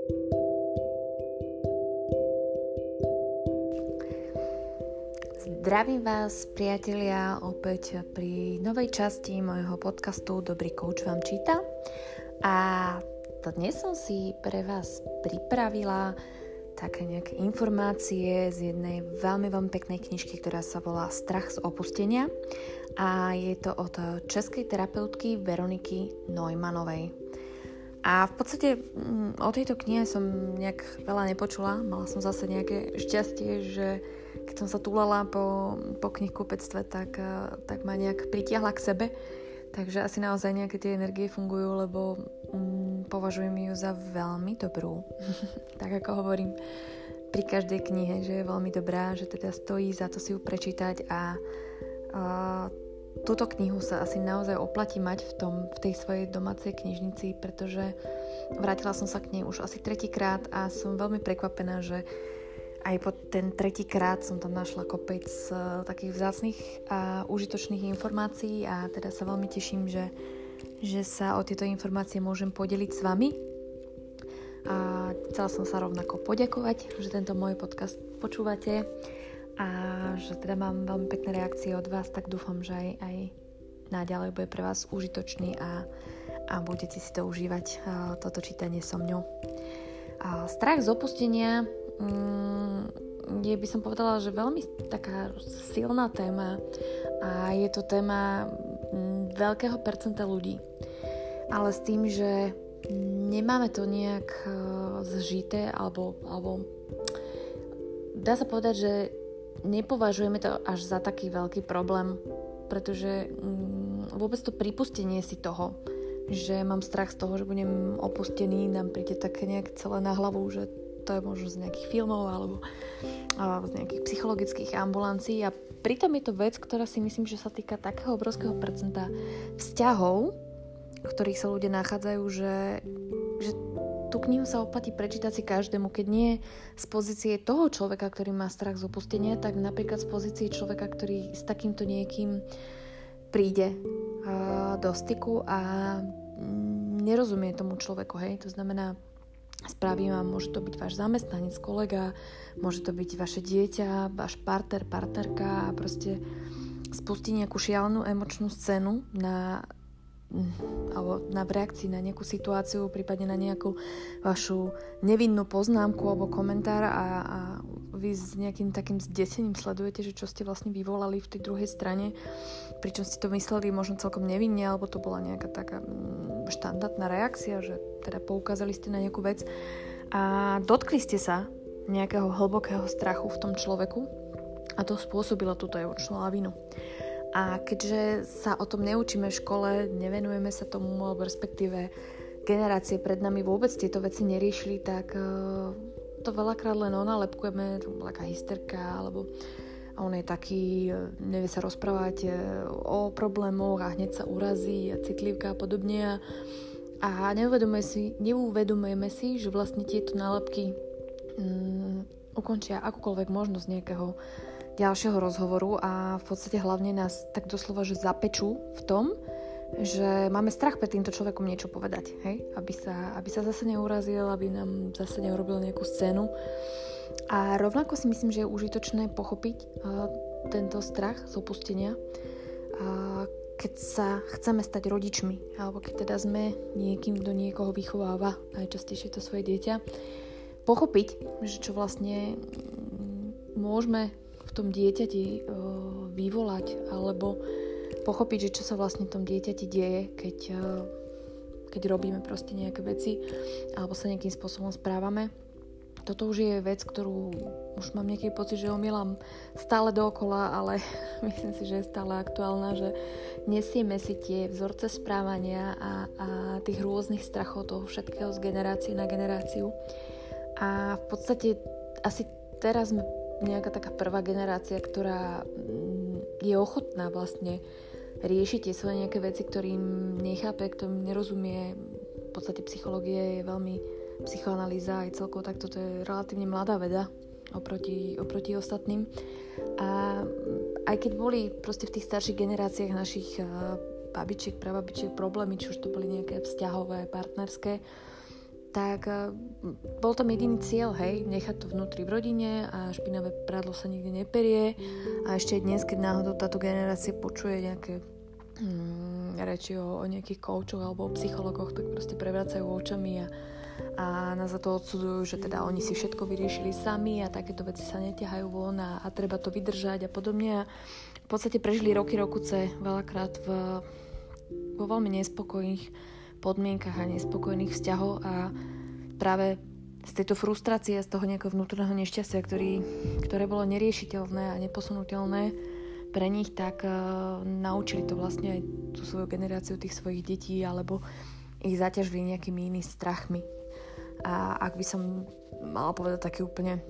Zdravím vás, priatelia, opäť pri novej časti môjho podcastu Dobrý coach vám číta. A dnes som si pre vás pripravila také nejaké informácie z jednej veľmi peknej knižky, ktorá sa volá Strach z opustenia. A je to od českej terapeutky Veroniky Neumannovej. A v podstate o tejto knihe som nejak veľa nepočula. Mala som zase nejaké šťastie, že keď som sa túlala po knihkupectve, tak ma nejak pritiahla k sebe. Takže asi naozaj nejaké tie energie fungujú, lebo považujem ju za veľmi dobrú. Tak ako hovorím pri každej knihe, že je veľmi dobrá, že teda stojí za to si ju prečítať a túto knihu sa asi naozaj oplatí mať v tej svojej domácej knižnici, pretože vrátila som sa k nej už asi 3-krát a som veľmi prekvapená, že aj po ten 3-krát som tam našla kopec takých vzácnych a užitočných informácií a teda sa veľmi teším, že sa o tieto informácie môžem podeliť s vami. A chcela som sa rovnako poďakovať, že tento môj podcast počúvate a že teda mám veľmi pekné reakcie od vás, tak dúfam, že aj naďalej bude pre vás užitočný a budete si to užívať, toto čítanie so mňou. Strach z opustenia by som povedala, že veľmi taká silná téma a je to téma veľkého percenta ľudí. Ale s tým, že nemáme to nejak zžité alebo dá sa povedať, že nepovažujeme to až za taký veľký problém, pretože vôbec to pripustenie si toho, že mám strach z toho, že budem opustený, nám príde také nejak celé na hlavu, že to je možno z nejakých filmov alebo z nejakých psychologických ambulancií a pritom je to vec, ktorá si myslím, že sa týka takého obrovského percenta vzťahov, v ktorých sa ľudia nachádzajú, že tú knihu sa oplatí prečítať si každému, keď nie z pozície toho človeka, ktorý má strach z opustenia, tak napríklad z pozície človeka, ktorý s takýmto niekým príde do styku a nerozumie tomu človeku, hej, to znamená spraví vám, môže to byť váš zamestnanec, kolega, môže to byť vaše dieťa, váš partner, partnerka a proste spustí nejakú šialenú emočnú scénu alebo v reakcii na nejakú situáciu, prípadne na nejakú vašu nevinnú poznámku alebo komentár a vy s nejakým takým zdesením sledujete, že čo ste vlastne vyvolali v tej druhej strane, pričom ste to mysleli možno celkom nevinne, alebo to bola nejaká taká štandardná reakcia, že teda poukázali ste na nejakú vec a dotkli ste sa nejakého hlbokého strachu v tom človeku a to spôsobilo túto emočnú lavinu. A keďže sa o tom neučíme v škole, nevenujeme sa tomu, alebo respektíve generácie pred nami vôbec tieto veci neriešili, tak to veľakrát len onálepkujeme, taká hysterka, alebo on je taký, nevie sa rozprávať o problémoch a hneď sa urazí a citlivka a podobne. A neuvedomujeme si, že vlastne tieto nálepky ukončia akúkoľvek možnosť nejakého ďalšieho rozhovoru a v podstate hlavne nás tak doslova, že zapečú v tom, že máme strach pred týmto človekom niečo povedať, hej? Aby sa zase neurazil, aby nám zase neurobil nejakú scénu. A rovnako si myslím, že je užitočné pochopiť tento strach z opustenia, keď sa chceme stať rodičmi, alebo keď teda sme niekým, kto niekoho vychováva, najčastejšie to svoje dieťa, pochopiť, že čo vlastne môžeme v tom dieťati vyvolať, alebo pochopiť, že čo sa vlastne v tom dieťati deje, keď robíme proste nejaké veci alebo sa nejakým spôsobom správame. Toto už je vec, ktorú už mám nejaký pocit, že omielam stále dookola, ale myslím si, že je stále aktuálna, že nesieme si tie vzorce správania a tých rôznych strachov toho všetkého z generácie na generáciu. A v podstate asi teraz sme nejaká taká prvá generácia, ktorá je ochotná vlastne riešiť tie svoje nejaké veci, ktorým nechápe, ktorým nerozumie. V podstate psychológie je veľmi psychoanalýza aj celkovo, tak toto je relatívne mladá veda oproti ostatným. A aj keď boli proste v tých starších generáciách našich babičiek, prababičiek problémy, či už to boli nejaké vzťahové, partnerské, tak bol tam jediný cieľ, hej, nechať to vnútri v rodine a špinavé prádlo sa nikde neperie. A ešte aj dnes, keď náhodou táto generácia počuje nejaké reči o nejakých koučoch alebo o psychologoch, tak proste prevracajú očami a nás za to odsudzujú, že teda oni si všetko vyriešili sami a takéto veci sa neťahajú von a treba to vydržať a podobne. A v podstate prežili roky, veľakrát vo veľmi nespokojných podmienkach a nespokojných vzťahov a práve z tejto frustrácie, z toho nejakého vnútorného nešťastia, ktoré bolo neriešiteľné a neposunuteľné pre nich, tak naučili to vlastne aj tú svoju generáciu tých svojich detí alebo ich zaťažili nejakými inými strachmi. A ak by som mala povedať taký úplne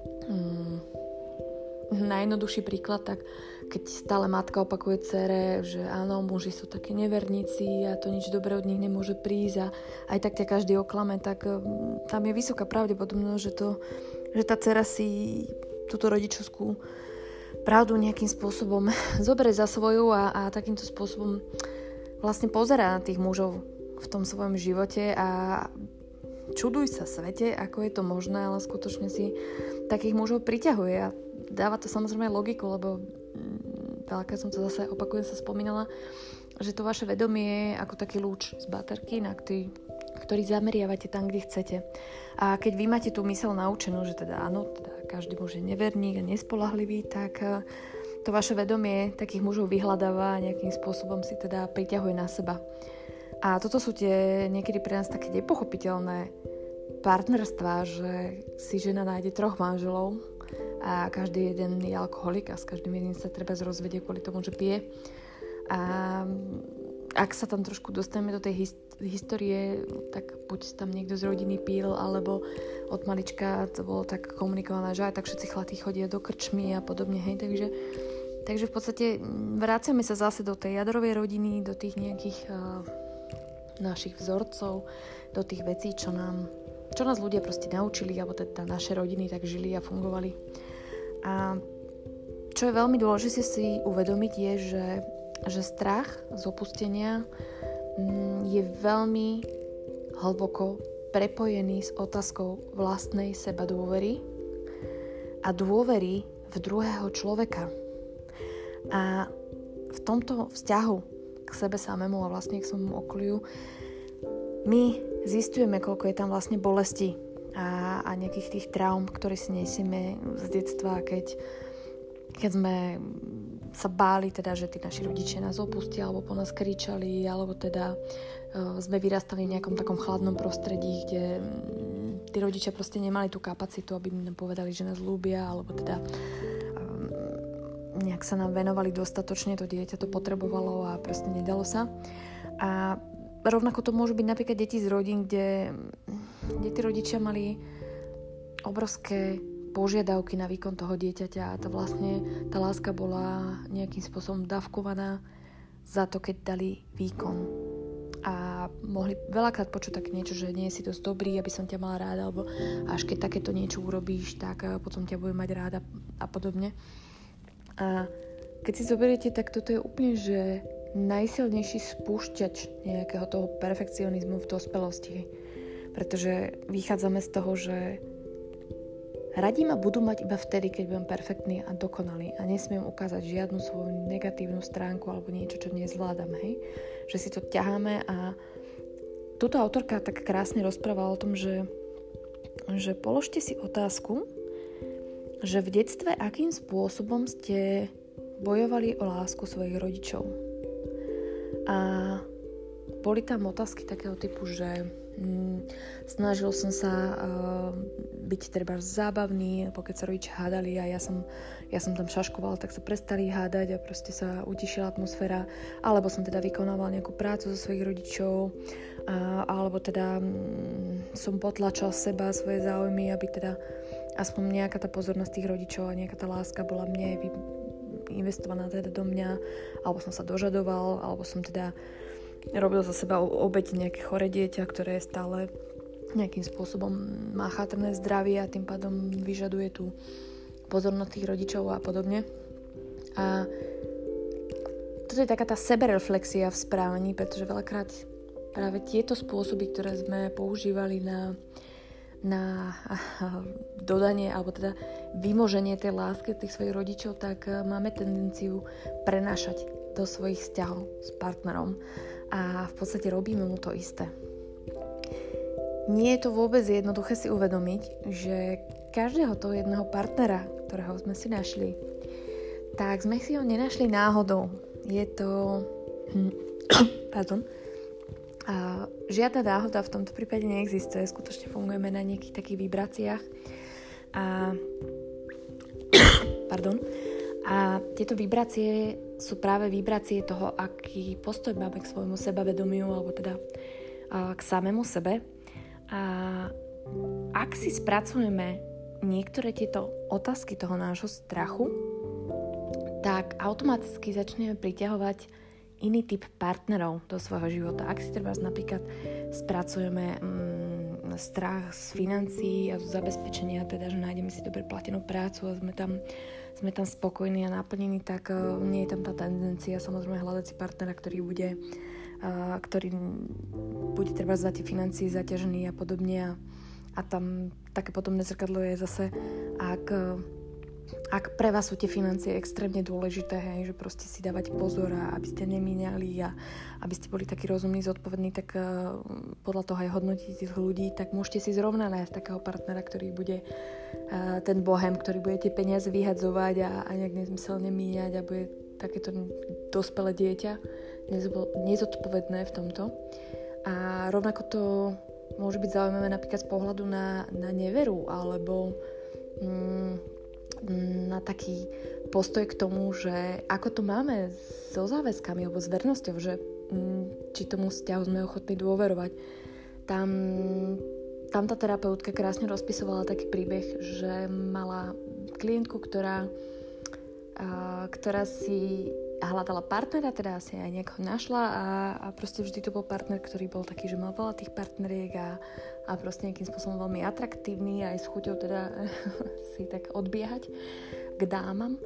najjednoduchší príklad, tak keď stále matka opakuje dcere, že áno, muži sú také neverníci a to nič dobré od nich nemôže prísť a aj tak ťa každý oklame, tak tam je vysoká pravdepodobnosť, že tá dcera si túto rodičovskú pravdu nejakým spôsobom zoberie za svoju a takýmto spôsobom vlastne pozerá na tých mužov v tom svojom živote a čuduj sa svete, ako je to možné, ale skutočne si takých mužov priťahuje a dáva to samozrejme logiku, lebo veľakrát som to zase opakujem sa spomínala, že to vaše vedomie je ako taký lúč z baterky, na ktorý zameriavate tam, kde chcete. A keď vy máte tú myseľ naučenú, že teda áno, teda každý muž je neverník a nespoľahlivý, tak to vaše vedomie takých mužov vyhľadáva a nejakým spôsobom si teda priťahuje na seba. A toto sú tie niekedy pre nás také nepochopiteľné partnerstvá, že si žena nájde 3 manželov a každý jeden je alkoholik a s každým jedným sa treba rozvedieť kvôli tomu, že pije. A ak sa tam trošku dostaneme do tej histórie, tak buď tam niekto z rodiny pil, alebo od malička to bolo tak komunikované, že aj tak všetci chlapí chodia do krčmy a podobne, hej, takže v podstate vraciame sa zase do tej jadrovej rodiny, do tých nejakých našich vzorcov, do tých vecí, čo nás ľudia proste naučili, alebo teda naše rodiny tak žili a fungovali. A čo je veľmi dôležité si uvedomiť je, že strach z opustenia je veľmi hlboko prepojený s otázkou vlastnej sebadôvery a dôvery v druhého človeka. A v tomto vzťahu k sebe samému a vlastne k svojmu okoliu my zisťujeme, koľko je tam vlastne bolesti a nejakých tých traum, ktoré si nesieme z detstva, keď sme sa báli teda, že tí naši rodičia nás opustia alebo po nás kričali, alebo teda sme vyrastali v nejakom takom chladnom prostredí, kde tí rodičia proste nemali tú kapacitu, aby nám povedali, že nás ľúbia, alebo teda nejak sa nám venovali dostatočne, to dieťa to potrebovalo a proste nedalo sa. A rovnako to môžu byť napríklad deti z rodín, kde tí rodičia mali obrovské požiadavky na výkon toho dieťaťa a tá láska bola nejakým spôsobom dávkovaná za to, keď dali výkon. A mohli veľakrát počuť tak niečo, že nie si dosť dobrý, aby som ťa mala ráda, alebo až keď takéto niečo urobíš, tak potom ťa budem mať ráda a podobne. A keď si zoberiete, tak toto je úplne, že najsilnejší spúšťač nejakého toho perfekcionizmu v dospelosti. Pretože vychádzame z toho, že radi ma budú mať iba vtedy, keď budem perfektný a dokonalý a nesmiem ukázať žiadnu svoju negatívnu stránku alebo niečo, čo nezvládam, hej? Že si to ťaháme a túto autorka tak krásne rozprávala o tom, že položte si otázku, že v detstve akým spôsobom ste bojovali o lásku svojich rodičov. A boli tam otázky takého typu, že snažil som sa byť treba zábavný, keď sa rodičia hádali a ja som tam šaškoval, tak sa prestali hádať a proste sa utišila atmosféra, alebo som teda vykonával nejakú prácu so svojich rodičov, alebo teda som potlačal seba, svoje záujmy, aby teda aspoň nejaká tá pozornosť tých rodičov a nejaká tá láska bola mne investovaná teda do mňa, alebo som sa dožadoval, alebo som teda robil za seba obeť nejaké choré dieťa, ktoré stále nejakým spôsobom má chatrné zdravie a tým pádom vyžaduje tú pozornosť tých rodičov a podobne. A toto je taká tá sebereflexia v správaní, pretože veľakrát práve tieto spôsoby, ktoré sme používali na dodanie alebo teda vymoženie tej lásky od tých svojich rodičov, tak máme tendenciu prenášať do svojich vzťahov s partnerom a v podstate robíme mu to isté. Nie je to vôbec jednoduché si uvedomiť, že každého toho jedného partnera, ktorého sme si našli, tak sme si ho nenašli náhodou. Je to žiadna náhoda v tomto prípade neexistuje. Skutočne fungujeme na nejakých takých vibráciách. A tieto vibrácie sú práve vibrácie toho, aký postoj máme k svojmu sebavedomiu alebo teda k samému sebe. A ak si spracujeme niektoré tieto otázky toho nášho strachu, tak automaticky začneme priťahovať iný typ partnerov do svojho života. Ak si treba napríklad spracujeme strach z financií a z zabezpečenia, teda, že nájdeme si dobre platenú prácu a sme tam spokojní a naplnení, tak nie je tam tá tendencia samozrejme hľadať si partnera, ktorý bude treba za tie financie zaťažený a podobne. A tam také podobné zrkadlo je zase, ak pre vás sú tie financie extrémne dôležité, hej, že proste si dávať pozor a aby ste nemíňali a aby ste boli takí rozumní, zodpovední, tak podľa toho aj hodnotíte tých ľudí, tak môžete si zrovna nájsť takého partnera, ktorý bude ten bohem, ktorý bude tie peniaze vyhadzovať a nejak nezmyselne míňať a bude takéto dospelé dieťa, nezodpovedné v tomto. A rovnako to môže byť zaujímavé napríklad z pohľadu na neveru alebo na taký postoj k tomu, že ako to máme so záväzkami alebo s vernosťou, že či tomu vzťahu sme ochotní dôverovať. Tam tá terapeutka krásne rozpisovala taký príbeh, že mala klientku, ktorá si hľadala partnera, teda asi aj niekoho našla a proste vždy to bol partner, ktorý bol taký, že mal veľa tých partneriek a proste nejakým spôsobom veľmi atraktívny aj s chuťou teda si tak odbiehať k dámam.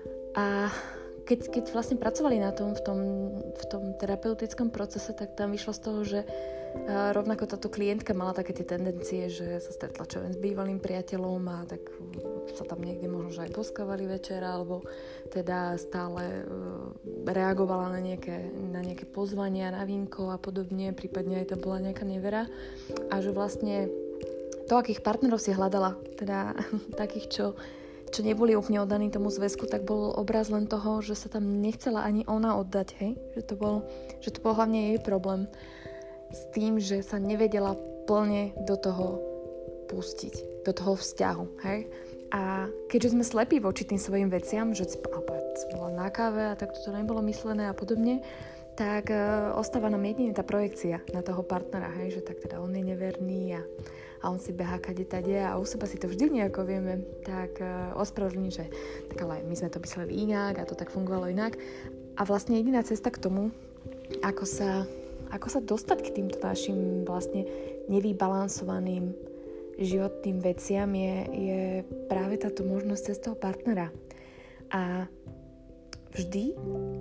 A keď vlastne pracovali na tom v tom terapeutickom procese, tak tam vyšlo z toho, že rovnako táto klientka mala také tie tendencie, že sa stretla čo len s bývalým priateľom a tak sa tam niekde možno že aj boskávali večer alebo teda stále reagovala na nejaké pozvania na vínko a podobne, prípadne aj to bola nejaká nevera a že vlastne to, akých partnerov si hľadala, teda takých, čo neboli úplne oddaní tomu zväzku, tak bol obraz len toho, že sa tam nechcela ani ona oddať, hej? Že to bol hlavne jej problém s tým, že sa nevedela plne do toho pustiť, do toho vzťahu, hej? A keďže sme slepí voči tým svojim veciam, že bola na káve a tak to nebolo myslené a podobne, tak ostáva nám jedine tá projekcia na toho partnera, hej? Že tak teda on je neverný a on si behá kade tade a u seba si to vždy nejako vieme tak ospravedlniť, že tak ale my sme to mysleli inak a to tak fungovalo inak. A vlastne jediná cesta k tomu, ako sa dostať k týmto našim vlastne nevybalansovaným životným veciam je práve táto možnosť cez toho partnera. A vždy,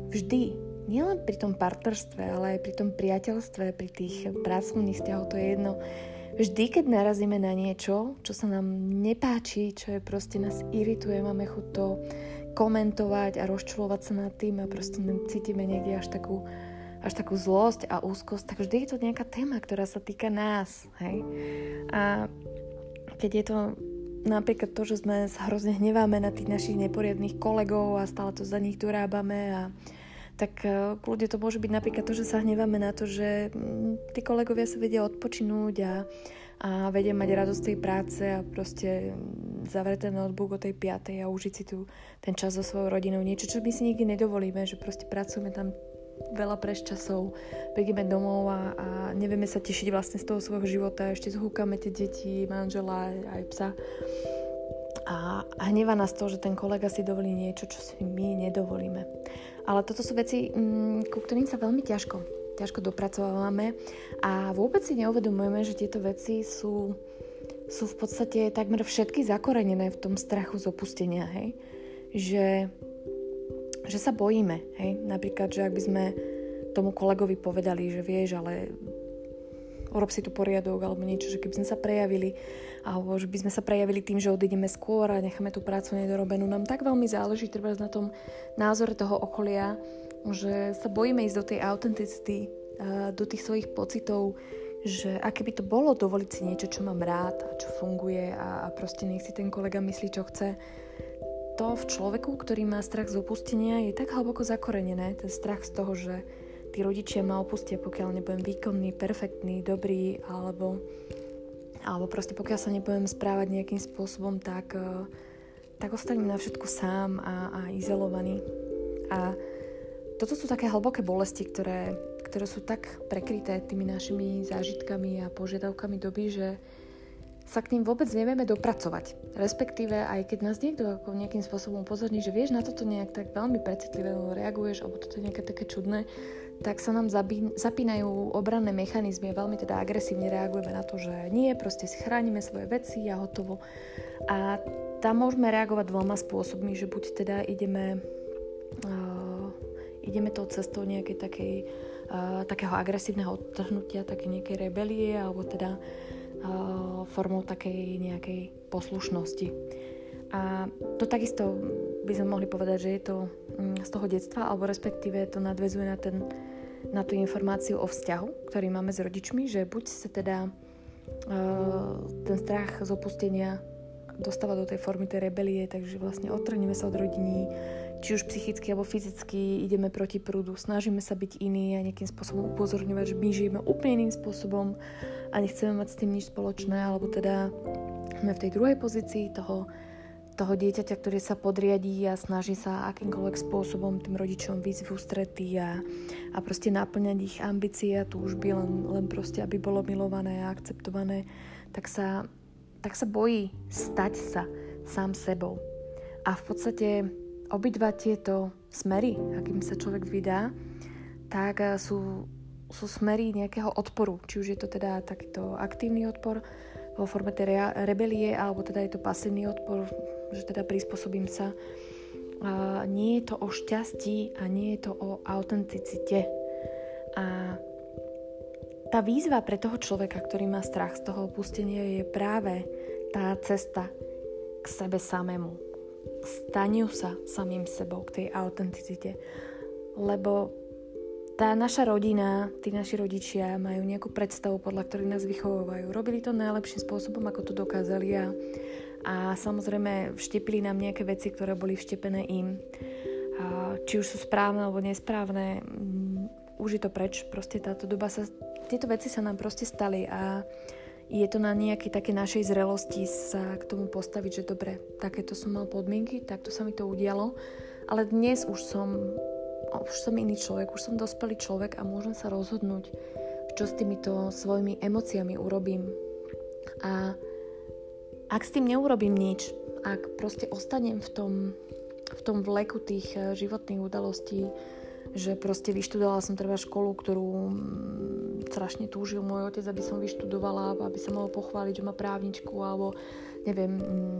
nielen pri tom partnerstve, ale aj pri tom priateľstve, pri tých pracovných vzťahoch, to je jedno. Vždy, keď narazíme na niečo, čo sa nám nepáči, čo je proste nás irituje, máme chuť to komentovať a rozčulovať sa nad tým a proste cítime niekde až takú zlosť a úzkosť, tak vždy je to nejaká téma, ktorá sa týka nás. Hej? A keď je to napríklad to, že sme sa hrozne hneváme na tých našich neporiadnych kolegov a stále to za nich dorábame tak kľudne to môže byť napríklad to, že sa hneváme na to, že tí kolegovia sa vedia odpočinúť a vedia mať radosť tej práce a proste zavrieť ten notebook o tej 5:00 a užiť si ten čas so svojou rodinou. Niečo, čo my si nikdy nedovolíme, že proste pracujeme tam veľa preščasov, prídeme domov a nevieme sa tešiť vlastne z toho svojho života, ešte zhúkame tie deti, manžela aj psa. A hnevá nás to, že ten kolega si dovolí niečo, čo si my nedovolíme. Ale toto sú veci, ku ktorým sa veľmi ťažko dopracovávame a vôbec si neuvedomujeme, že tieto veci sú v podstate takmer všetky zakorenené v tom strachu z opustenia, hej? Že sa bojíme, hej? Napríklad, že ak by sme tomu kolegovi povedali, že vieš, ale urob si tu poriadok, alebo niečo, že keby sme sa prejavili, alebo že by sme sa prejavili tým, že odídeme skôr a necháme tú prácu nedorobenú. Nám tak veľmi záleží treba na tom názore toho okolia, že sa bojíme ísť do tej autenticity, do tých svojich pocitov, že aké by to bolo dovoliť si niečo, čo mám rád a čo funguje a proste nech si ten kolega myslí, čo chce. To v človeku, ktorý má strach z opustenia, je tak hlboko zakorenené, ten strach z toho, že tí rodičia ma opustia, pokiaľ nebudem výkonný, perfektný, dobrý, alebo proste pokiaľ sa nebudem správať nejakým spôsobom, tak ostanem na všetko sám a izolovaný. A toto sú také hlboké bolesti, ktoré sú tak prekryté tými našimi zážitkami a požiadavkami doby, že sa k ním vôbec nevieme dopracovať. Respektíve, aj keď nás niekto ako nejakým spôsobom upozorní, že vieš na toto nejak tak veľmi precitlivé reaguješ, alebo toto je nejaké také čudné, tak sa nám zapínajú obranné mechanizmy a veľmi teda agresívne reagujeme na to, že nie, proste si chránime svoje veci a hotovo. A tam môžeme reagovať dvoma spôsobmi, že buď teda ideme tou cestou nejakej takého agresívneho odtrhnutia, také nejakej rebelie, alebo teda formou takej nejakej poslušnosti. A to takisto by sme mohli povedať, že je to z toho detstva, alebo respektíve to nadväzuje na tú informáciu o vzťahu, ktorý máme s rodičmi, že buď sa teda ten strach z opustenia dostáva do tej formy tej rebelie, takže vlastne odtrhneme sa od rodiny, či už psychicky alebo fyzicky ideme proti prúdu, snažíme sa byť iní a nejakým spôsobom upozorňovať, že my žijeme úplne iným spôsobom a nechceme mať s tým nič spoločné, alebo teda sme v tej druhej pozícii toho dieťaťa, ktoré sa podriadí a snaží sa akýmkoľvek spôsobom tým rodičom výjsť v ústretí a proste naplňať ich ambície a túžby, len proste, aby bolo milované a akceptované, tak sa bojí stať sa sám sebou. A v podstate obidva tieto smery, akým sa človek vydá, tak sú smery nejakého odporu. Či už je to teda takýto aktívny odpor vo forme tej rebelie, alebo teda je to pasívny odpor, že teda prispôsobím sa. Nie je to o šťastí a nie je to o autenticite. A tá výzva pre toho človeka, ktorý má strach z toho opustenia, je práve tá cesta k sebe samému. Staniu sa samým sebou, k tej autenticite. Lebo tá naša rodina, tí naši rodičia majú nejakú predstavu, podľa ktorej nás vychovávajú. Robili to najlepším spôsobom, ako to dokázali a samozrejme vštepili nám nejaké veci, ktoré boli vštepené im. Či už sú správne alebo nesprávne, už je to preč. Proste tieto veci sa nám proste stali a je to na nejakej také našej zrelosti sa k tomu postaviť, že dobre, takéto som mal podmienky, takto sa mi to udialo, ale dnes už som iný človek, už som dospelý človek a môžem sa rozhodnúť, čo s týmito svojimi emóciami urobím. A ak s tým neurobím nič, ak proste ostanem v tom vleku tých životných udalostí, že proste vyštudovala som treba školu, ktorú strašne túžil môj otec, aby som vyštudovala, aby sa mohol pochváliť, že má právničku, alebo neviem,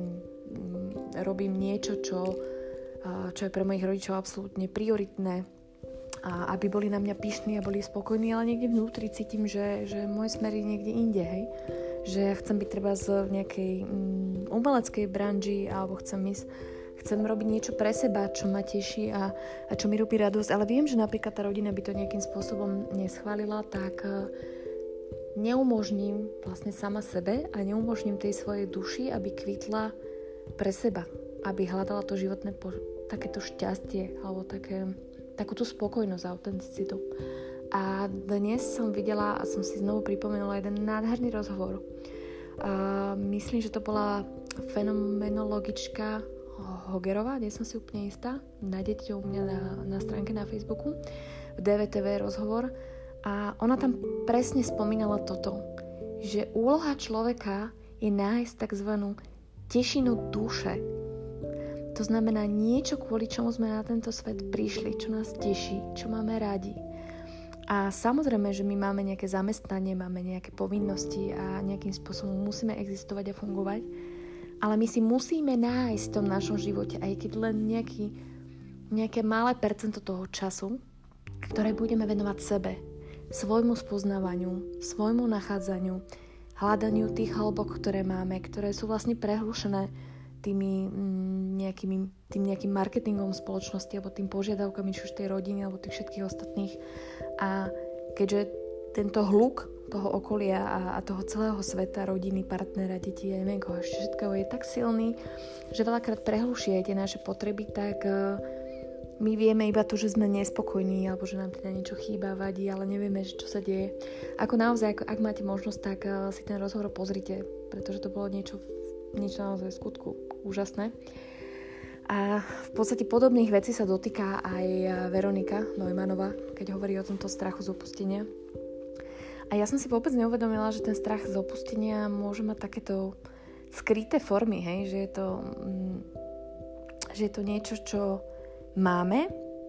robím niečo, čo je pre mojich rodičov absolútne prioritné a aby boli na mňa pyšní a boli spokojní, ale niekde vnútri cítim, že môj smer je niekde inde, hej? Že ja chcem byť treba v nejakej umeleckej branži alebo chcem robiť niečo pre seba, čo ma teší a čo mi robí radosť, ale viem, že napríklad tá rodina by to nejakým spôsobom neschválila, tak neumožním vlastne sama sebe a neumožním tej svojej duši, aby kvitla pre seba, aby hľadala to životné takéto šťastie alebo takúto spokojnosť a autenticitu. A dnes som videla a som si znovu pripomenula jeden nádherný rozhovor. Myslím, že to bola fenomenologička Hogerová, nie som si úplne istá. Nájdete u mňa na stránke na Facebooku v DVTV rozhovor a ona tam presne spomínala toto, že úloha človeka je nájsť takzvanú tešinu duše. To znamená niečo, kvôli čomu sme na tento svet prišli, čo nás teší, čo máme radi. A samozrejme, že my máme nejaké zamestnanie, máme nejaké povinnosti a nejakým spôsobom musíme existovať a fungovať, ale my si musíme nájsť v tom našom živote, aj keď len nejaké malé percento toho času, ktoré budeme venovať sebe, svojmu spoznávaniu, svojmu nachádzaniu, hľadaniu tých hĺbok, ktoré máme, ktoré sú vlastne prehlušené tým nejakým marketingom spoločnosti alebo tým požiadavkami či už tej rodiny alebo tých všetkých ostatných. A keďže tento hluk toho okolia a toho celého sveta, rodiny, partnera, detí, ja neviem koho ešte všetkého je tak silný, že veľakrát prehluší aj tie naše potreby, tak my vieme iba to, že sme nespokojní alebo že nám teda niečo chýba, vadí, ale nevieme, čo sa deje. Ako naozaj, ak máte možnosť, tak si ten rozhovor pozrite, pretože to bolo niečo naozaj v skutku úžasné. A v podstate podobných vecí sa dotýka aj Veronika Neumannová, keď hovorí o tomto strachu z opustenia. A ja som si vôbec neuvedomila, že ten strach z opustenia môže mať takéto skryté formy, hej? Že je to niečo, čo máme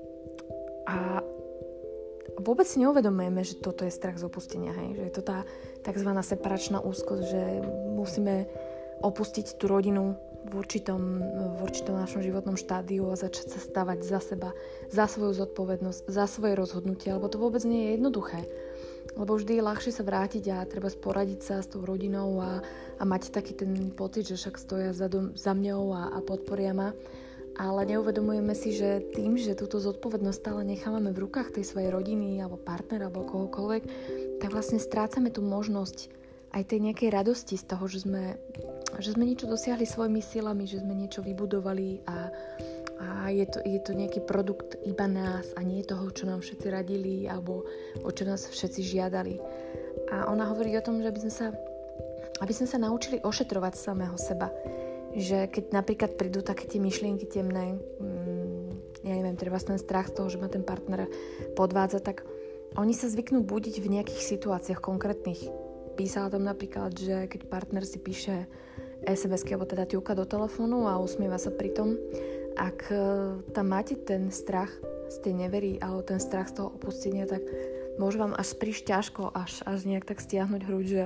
a vôbec si neuvedomujeme, že toto je strach z opustenia, hej? Že je to tá tzv. Separačná úzkosť, že musíme opustiť tú rodinu v určitom našom životnom štádiu a začať sa stavať za seba, za svoju zodpovednosť, za svoje rozhodnutie, lebo to vôbec nie je jednoduché. Lebo vždy je ľahšie sa vrátiť a treba sporadiť sa s tou rodinou a mať taký ten pocit, že však stoja za mňou a podporia ma. Ale neuvedomujeme si, že tým, že túto zodpovednosť stále nechávame v rukách tej svojej rodiny alebo partnera alebo kohokoľvek, tak vlastne strácame tú možnosť aj tej nejakej radosti z toho, že sme niečo dosiahli svojimi silami, že sme niečo vybudovali a je to nejaký produkt iba nás a nie toho, čo nám všetci radili alebo o čo nás všetci žiadali. A ona hovorí o tom, že aby sme sa naučili ošetrovať samého seba. Že keď napríklad prídu také tie myšlienky temné, ja neviem, treba ten strach z toho, že ma ten partner podvádza, tak oni sa zvyknú budiť v nejakých situáciách konkrétnych. Písala tam napríklad, že keď partner si píše SMS-ky alebo teda ťuka do telefónu a usmieva sa pri tom, ak tam máte ten strach z tej nevery alebo ten strach z toho opustenia, tak môže vám až prísť ťažko, až nejak tak stiahnuť hruď, že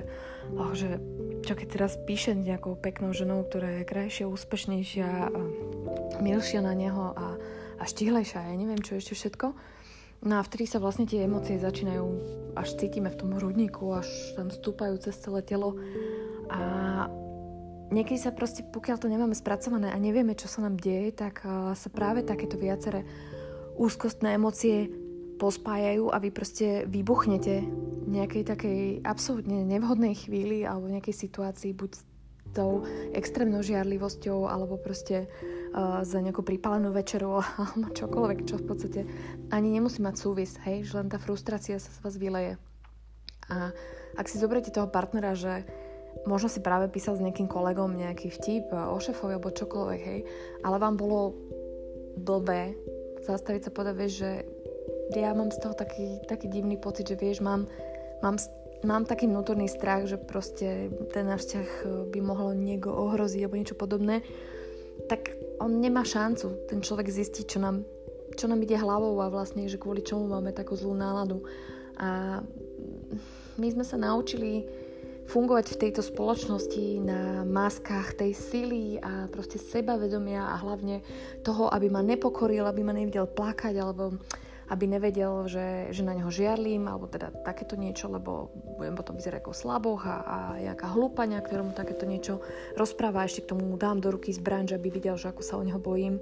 čo keď teraz píšem nejakou peknou ženou, ktorá je krajšia, úspešnejšia a milšia na neho a štihlejšia, ja neviem čo ešte všetko. No a vtedy sa vlastne tie emócie začínajú, až cítime v tom hrudníku, až tam stúpajú cez celé telo a niekedy sa proste, pokiaľ to nemáme spracované a nevieme, čo sa nám deje, tak sa práve takéto viaceré úzkostné emócie pospájajú a vy proste vybuchnete v nejakej takej absolútne nevhodnej chvíli alebo v nejakej situácii, buď tou extrémnou žiarlivosťou alebo proste za nejakú pripálenú večeru alebo čokoľvek, čo v podstate ani nemusí mať súvis, hej, že len tá frustrácia sa z vás vyleje. A ak si zoberiete toho partnera, že možno si práve písal s nejakým kolegom nejaký vtip o šéfovi alebo čokoľvek, hej, ale vám bolo blbé zastaviť sa povedať, vieš, že ja mám z toho taký divný pocit, že vieš, mám taký vnútorný strach, že proste ten náš vzťah by mohlo niekto ohroziť alebo niečo podobné, tak on nemá šancu ten človek zistiť, čo nám ide hlavou a vlastne, že kvôli čomu máme takú zlú náladu. A my sme sa naučili fungovať v tejto spoločnosti na maskách tej sily a proste sebavedomia a hlavne toho, aby ma nepokoril, aby ma nevidel plakať alebo aby nevedel, že na neho žiarlim alebo teda takéto niečo, lebo budem potom vyzerať ako slaboch a jaká hlúpaňa, ktorému takéto niečo rozpráva a ešte k tomu mu dám do ruky zbraň, aby videl, že ako sa o neho bojím.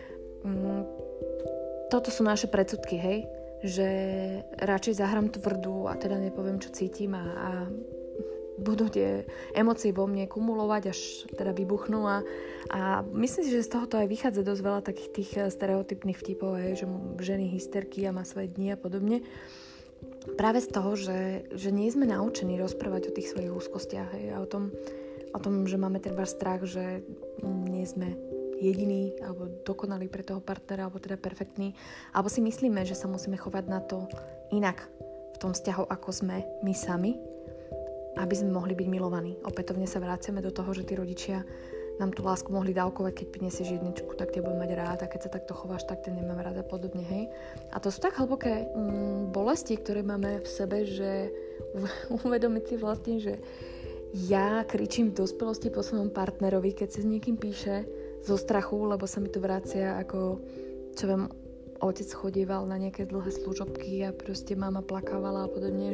Toto sú naše predsudky, hej? Že radšej zahrám tvrdú a teda nepoviem, čo cítim a budú tie emócie vo mne kumulovať, až teda vybuchnú a myslím si, že z tohoto aj vychádza dosť veľa takých tých stereotypných vtipov, že ženy hysterky a má svoje dni a podobne. Práve z toho, že nie sme naučení rozprávať o tých svojich úzkostiach a o tom, že máme treba strach, že nie sme jediný alebo dokonalý pre toho partnera alebo teda perfektný, alebo si myslíme, že sa musíme chovať na to inak v tom vzťahu, ako sme my sami, aby sme mohli byť milovaní. Opätovne sa vraciame do toho, že tí rodičia nám tú lásku mohli dávkovať, keď prinesieš jedničku, tak ťa budem mať rád a keď sa takto chováš, tak ťa nemám rád a podobne, hej. A to sú tak hlboké bolesti, ktoré máme v sebe, že uvedomiť si vlastne, že ja kričím v dospelosti po svojom partnerovi, keď si s niekým píše zo strachu, lebo sa mi to vracia ako, čo viem, otec chodieval na nejaké dlhé služobky a proste mama plakávala a podobne,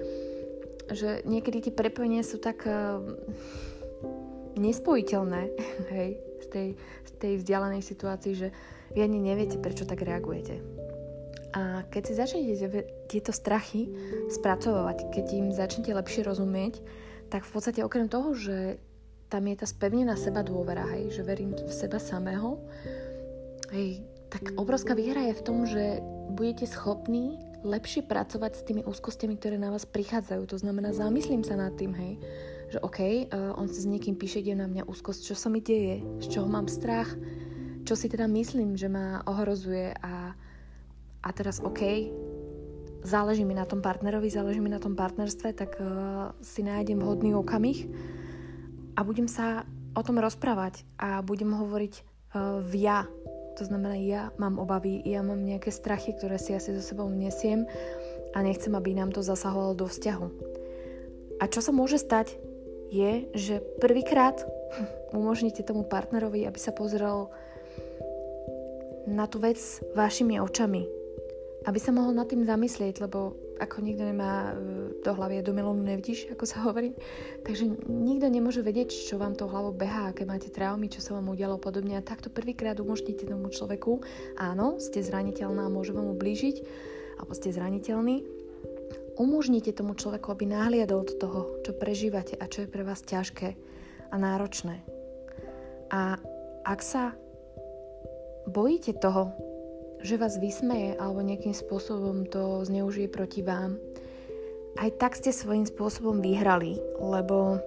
že niekedy tie prepojenia sú tak nespojiteľné, hej, z tej vzdialenej situácii, že vy ani neviete, prečo tak reagujete. A keď si začnete tieto strachy spracovať, keď im začnete lepšie rozumieť, tak v podstate okrem toho, že tam je tá spevnená seba dôvera, hej, že verím v seba samého, hej, tak obrovská výhra je v tom, že budete schopní lepšie pracovať s tými úzkostiami, ktoré na vás prichádzajú. To znamená, zamyslím sa nad tým, hej, že on sa s niekým píše, ide na mňa úzkosť, čo sa mi deje, z čoho mám strach, čo si teda myslím, že ma ohrozuje a teraz záleží mi na tom partnerovi, záleží mi na tom partnerstve, tak si nájdem vhodný okamih a budem sa o tom rozprávať a budem hovoriť v ja. To znamená, ja mám obavy, ja mám nejaké strachy, ktoré si asi so sebou nesiem a nechcem, aby nám to zasahovalo do vzťahu. A čo sa môže stať, je, že prvýkrát umožníte tomu partnerovi, aby sa pozrel na tú vec vašimi očami. Aby sa mohol nad tým zamyslieť, lebo ako nikto nemá do hlavy a do melónu nevidíš, ako sa hovorí. Takže nikto nemôže vedieť, čo vám to hlavou behá, aké máte traumy, čo sa vám udialo podobne. A takto prvýkrát umožníte tomu človeku, áno, ste zraniteľná a môže vám ublížiť, alebo ste zraniteľní. Umožníte tomu človeku, aby nahliadol do toho, čo prežívate a čo je pre vás ťažké a náročné. A ak sa bojíte toho, že vás vysmeje alebo nejakým spôsobom to zneužije proti vám, aj tak ste svojím spôsobom vyhrali, lebo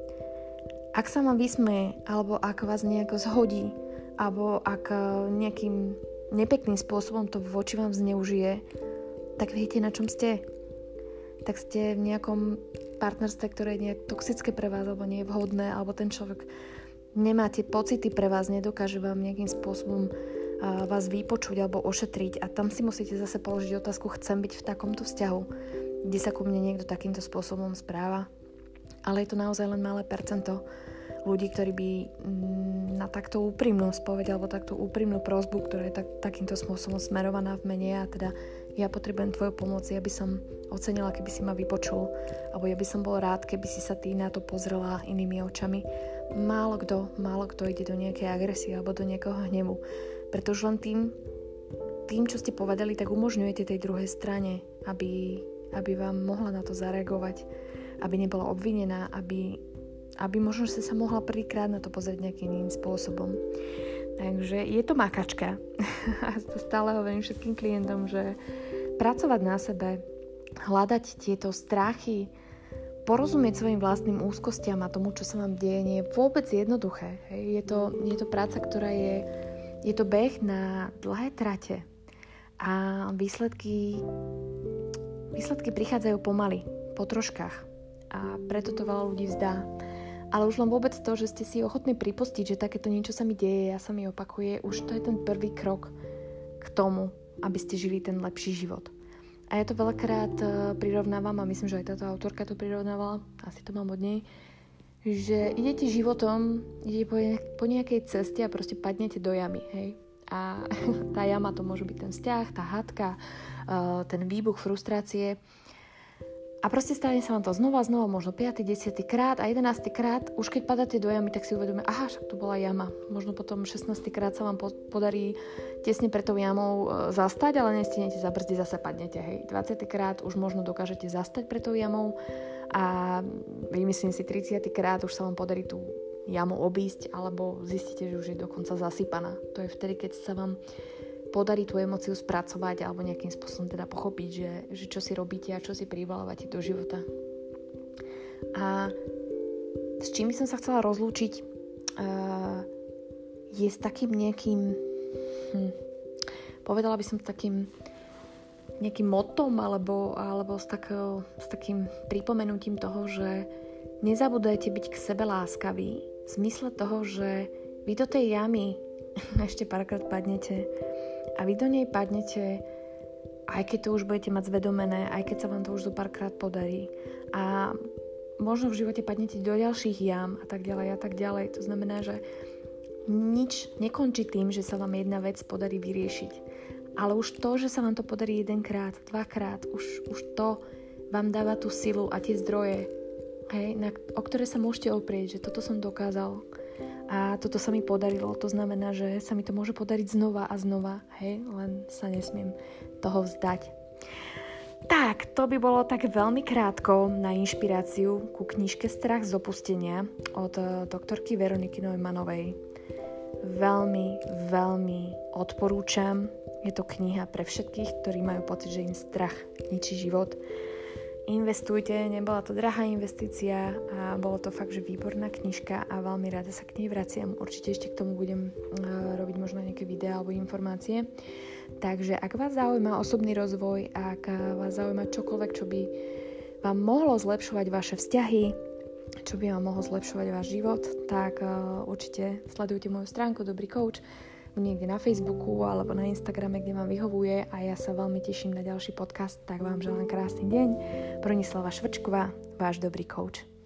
ak sa vám vysmeje alebo ak vás nejako zhodí alebo ak nejakým nepekným spôsobom to voči vám zneužije, tak viete, na čom ste. Tak ste v nejakom partnerstve, ktoré nie je toxické pre vás alebo nie je vhodné, alebo ten človek nemá tie pocity pre vás, nedokáže vám nejakým spôsobom vás vypočuť alebo ošetriť a tam si musíte zase položiť otázku, chcem byť v takomto vzťahu, kde sa ku mne niekto takýmto spôsobom správa. Ale je to naozaj len malé percento ľudí, ktorí by na takto úprimnú spoveď alebo takto úprimnú prosbu, ktorá je takýmto spôsobom smerovaná v mene a teda ja potrebujem tvoju pomoc, ja by som ocenila, keby si ma vypočul, alebo ja by som bol rád, keby si sa ty na to pozrela inými očami. Málo kto ide do nejakej agresie alebo do nejakého hnevu. Pretože len tým, čo ste povedali, tak umožňujete tej druhej strane, aby vám mohla na to zareagovať, aby nebola obvinená, aby možno sa mohla prvýkrát na to pozrieť nejakým iným spôsobom. Takže je to makačka. A to stále hovorím všetkým klientom, že pracovať na sebe, hľadať tieto strachy, porozumieť svojim vlastným úzkostiam a tomu, čo sa vám deje, nie je vôbec jednoduché. Je to práca, ktorá je to beh na dlhé trate a výsledky prichádzajú pomaly, po troškách a preto to veľa ľudí vzdá. Ale už len vôbec to, že ste si ochotní pripustiť, že takéto niečo sa mi deje a sa mi opakuje, už to je ten prvý krok k tomu, aby ste žili ten lepší život. A ja to veľakrát prirovnávam, a myslím, že aj táto autorka to prirovnávala, asi to mám od nej, že idete životom, idete po nejakej ceste a proste padnete do jamy, hej. A tá jama to môže byť ten vzťah, tá hádka, ten výbuch frustrácie. A proste stane sa vám to znova, možno 5., 10. krát a 11. krát, už keď padáte do jamy, tak si uvedomíte, aha, však to bola jama. Možno potom 16. krát sa vám podarí tesne pred tou jamou zastať, ale nestihnete zabrzdiť, zase padnete, hej. 20. krát už možno dokážete zastať pred tou jamou a vymyslím si 30. krát už sa vám podarí tú jamu obísť, alebo zistíte, že už je dokonca zasypaná. To je vtedy, keď sa vám podarí tú emóciu spracovať alebo nejakým spôsobom teda pochopiť, že čo si robíte a čo si privolávate do života. A s čím by som sa chcela rozlúčiť je s takým nejakým povedala by som takým nejakým motom alebo s takým pripomenutím toho, že nezabúdajte byť k sebe láskaví v zmysle toho, že vy do tej jamy ešte párkrát padnete a vy do nej padnete, aj keď to už budete mať zvedomené, aj keď sa vám to už zo párkrát podarí. A možno v živote padnete do ďalších jam a tak ďalej a tak ďalej. To znamená, že nič nekončí tým, že sa vám jedna vec podarí vyriešiť. Ale už to, že sa vám to podarí jedenkrát, dvakrát, už to vám dáva tú silu a tie zdroje, hej, o ktoré sa môžete oprieť, že toto som dokázal a toto sa mi podarilo. To znamená, že sa mi to môže podariť znova a znova, hej, len sa nesmiem toho vzdať. Tak, to by bolo tak veľmi krátko na inšpiráciu ku knižke Strach z opustenia od doktorky Veroniky Neumannovej. Veľmi, veľmi odporúčam. Je to kniha pre všetkých, ktorí majú pocit, že im strach ničí život. Investujte, nebola to drahá investícia a bolo to fakt, že výborná knižka a veľmi rada sa k nej vraciam. Určite ešte k tomu budem robiť možno nejaké videá alebo informácie. Takže ak vás zaujíma osobný rozvoj, ak vás zaujíma čokoľvek, čo by vám mohlo zlepšovať vaše vzťahy, čo by vám mohlo zlepšovať váš život, tak určite sledujte moju stránku Dobrý coach niekde na Facebooku alebo na Instagrame, kde vám vyhovuje a ja sa veľmi teším na ďalší podcast, tak vám želám krásny deň. Bronislava Švrčková, váš Dobrý coach.